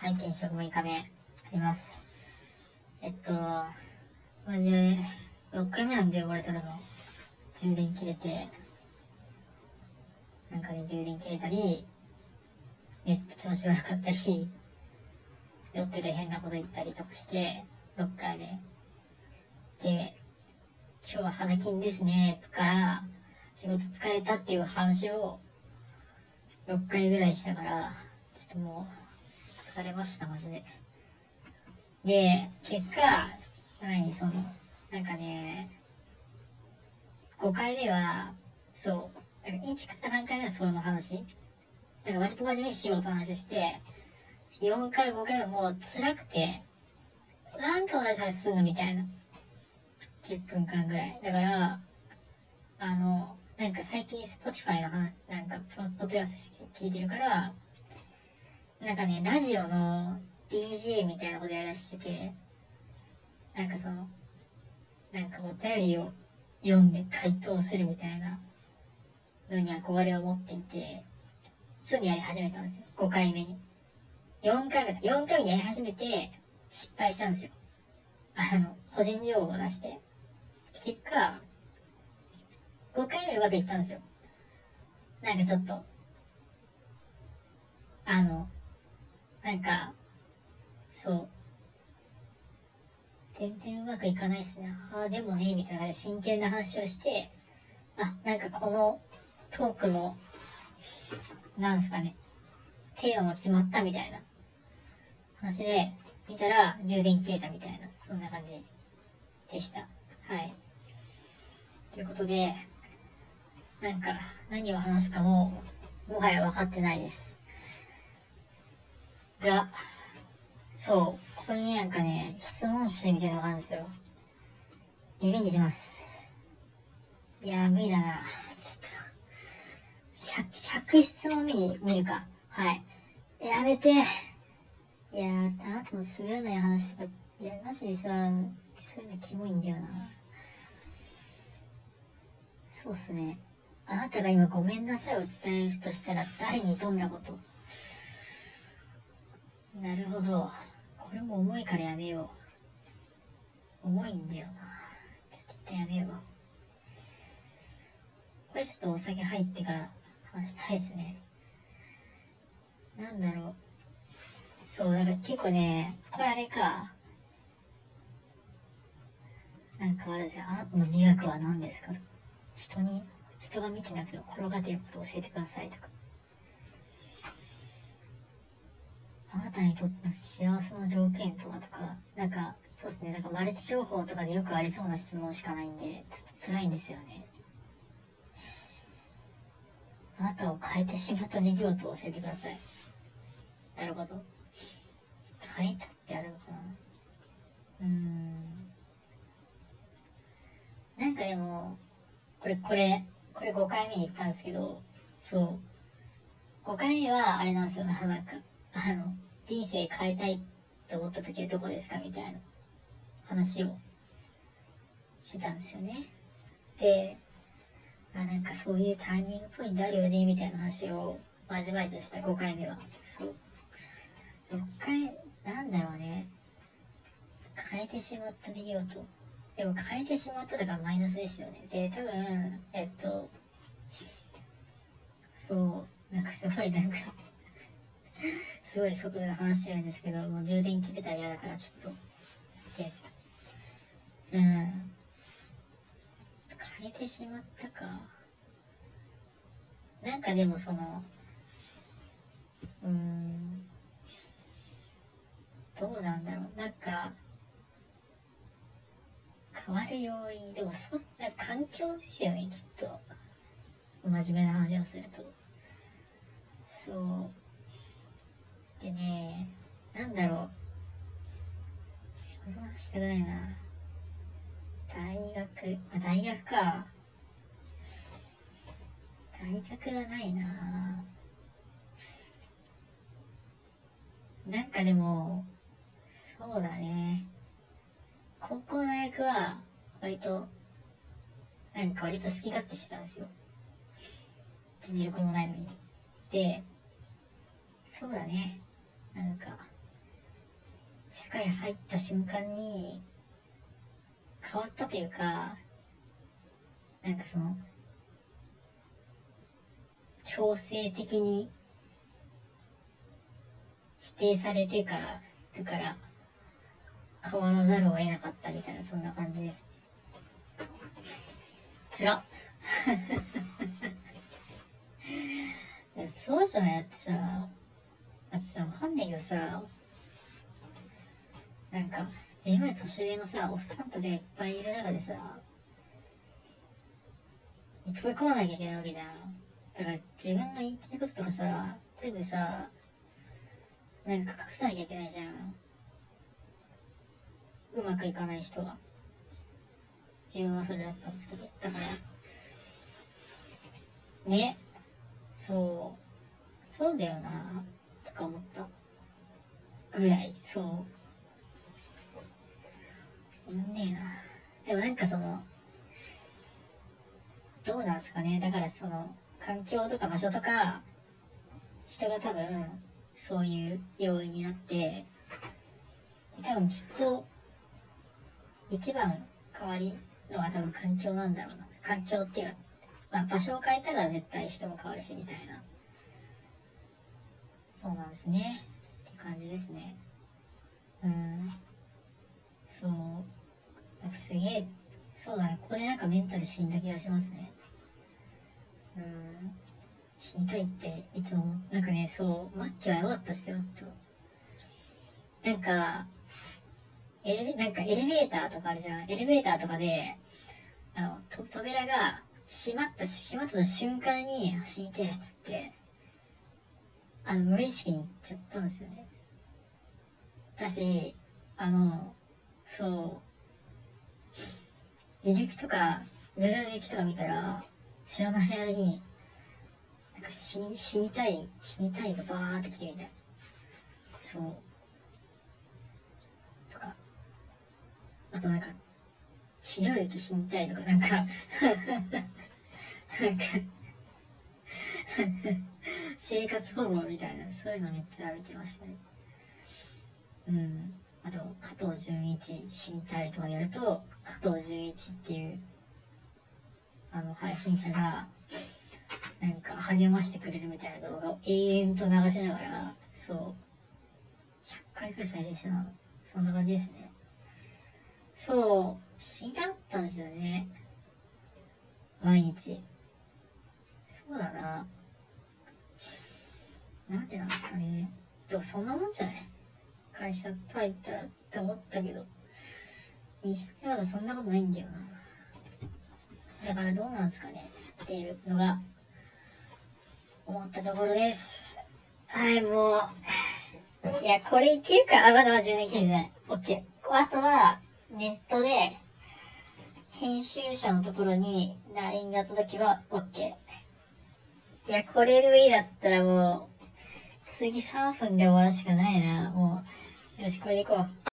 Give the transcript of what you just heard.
はい、転職6日目あります。マジで6回目なんで俺とるの。充電切れて、充電切れたり、ネット調子悪かったり、酔ってて変なこと言ったりとかして、6回目。で、今日は花金ですね、から仕事疲れたっていう話を6回ぐらいしたから、ちょっともう疲れました、マジで。で、結果、5回目は、1から3回目はその話。割と真面目に仕事の話して、4から5回目はもう辛くて、同じ話すんのみたいな。10分間ぐらい。だから、最近 Spotify のポッドキャスト聞いてるから、ラジオの DJ みたいなことやらしてて、お便りを読んで回答するみたいなのに憧れを持っていて、そういうのやり始めたんですよ。5回目に。4回目にやり始めて、失敗したんですよ。個人情報を出して。結果、5回目うまくいったんですよ。ちょっと、そう。全然うまくいかないっすね。でもね、みたいな真剣な話をして、このトークの、テーマも決まったみたいな話で、見たら充電切れたみたいな、そんな感じでした。はい。ということで、何を話すかもはや分かってないです。が、ここに質問集みたいなのがあるんですよ。リベンジします。いや無理だな。ちょっと、100質問見るか。はい。やめて。いやあなたの滑らない話とか、いや、マジでさ、そういうのキモいんだよな。そうっすね。あなたが今ごめんなさいを伝えるとしたら誰にどんなこと？なるほど。これも重いからやめよう。重いんだよな。ちょっと一旦やめよう。これちょっとお酒入ってから話したいですね。結構ね、これあれか。あれですよ。あなたの美学は何ですか？人が見てなくても転がっていることを教えてくださいとか。あなたにとっての幸せの条件とはとか、そうですね、マルチ情報とかでよくありそうな質問しかないんで、ちょっと辛いんですよね。あなたを変えてしまった出来事を教えてください。なるほど。変えたってあるのかな？でも、これ5回目に言ったんですけど、5回目はあれなんですよ。人生変えたいと思った時はどこですかみたいな話をしてたんですよね。で、そういうターニングポイントあるよねみたいな話をまじまじとした5回目は。6回、変えてしまった出来事。でも変えてしまっただからマイナスですよね。で、多分、すごい速度で話してるんですけど、もう充電切れたら嫌だからちょっと、変えてしまったか。でもどうなんだろう。変わる要因、でも環境ですよね、きっと。真面目な話をすると。でね、仕事はしたくないな。大学か。大学はないな。でも、そうだね。高校大学は、割と好き勝手してたんですよ。実力もないのに。で、そうだね。 会入った瞬間に変わったというか、なんかその強制的に否定されてからるから変わらざるを得なかったみたいな、そんな感じです。つらっそうじゃない。だってさ、わかんないけどさ、なんか自分より年上のさおっさんたちがいっぱいいる中でさ飛び込まなきゃいけないわけじゃん。だから自分の言いたいこととかさ全部さなんか隠さなきゃいけないじゃん、うまくいかない人は。自分はそれだったんですけど、だからね、そうだよなとか思ったぐらい。そう思んねえな。でもなんかそのどうなんですかね。だからその環境とか場所とか人が多分そういう要因になって、多分きっと一番変わりのは多分環境なんだろうな。環境っていうか、まあ、場所を変えたら絶対人も変わるしみたいな。そうなんですねって感じですね。そう、なんかすげえ、そうだね、ここでなんかメンタル死んだ気がしますね。死にたいっていつもなんかね、そう末期はやばかったっすよと。なんかなんかエレベーターとかあるじゃん。エレベーターとかで扉が閉まった瞬間に死にたいやつって無意識に言っちゃったんですよね。私履歴とかメールの履歴とか見たら知らない間になんか死にたいがバーってきてみたい。そうとか、あとなんかひろゆき死にたいとか、なんかなんか生活保護みたいな、そういうのめっちゃ見てましたね。あと加藤純一死にたいとかやると、加藤純一っていう配信者がなんか励ましてくれるみたいな動画を永遠と流しながら、そう100回くらい再生したな。そんな感じですね。そう死にたかったんですよね、毎日。そうだな、なんでなんですかね。でもそんなもんじゃない、会社入ったらって思ったけど、20年まだそんなことないんだよな。だからどうなんですかねっていうのが思ったところです。はい、もういやこれいけるか。まだ全然いけるね。 OK。 あとはネットで編集者のところに LINE が届けば OK。 いやこれで無理だったらもう次3分で終わるしかないな。もうよし、これでいこう。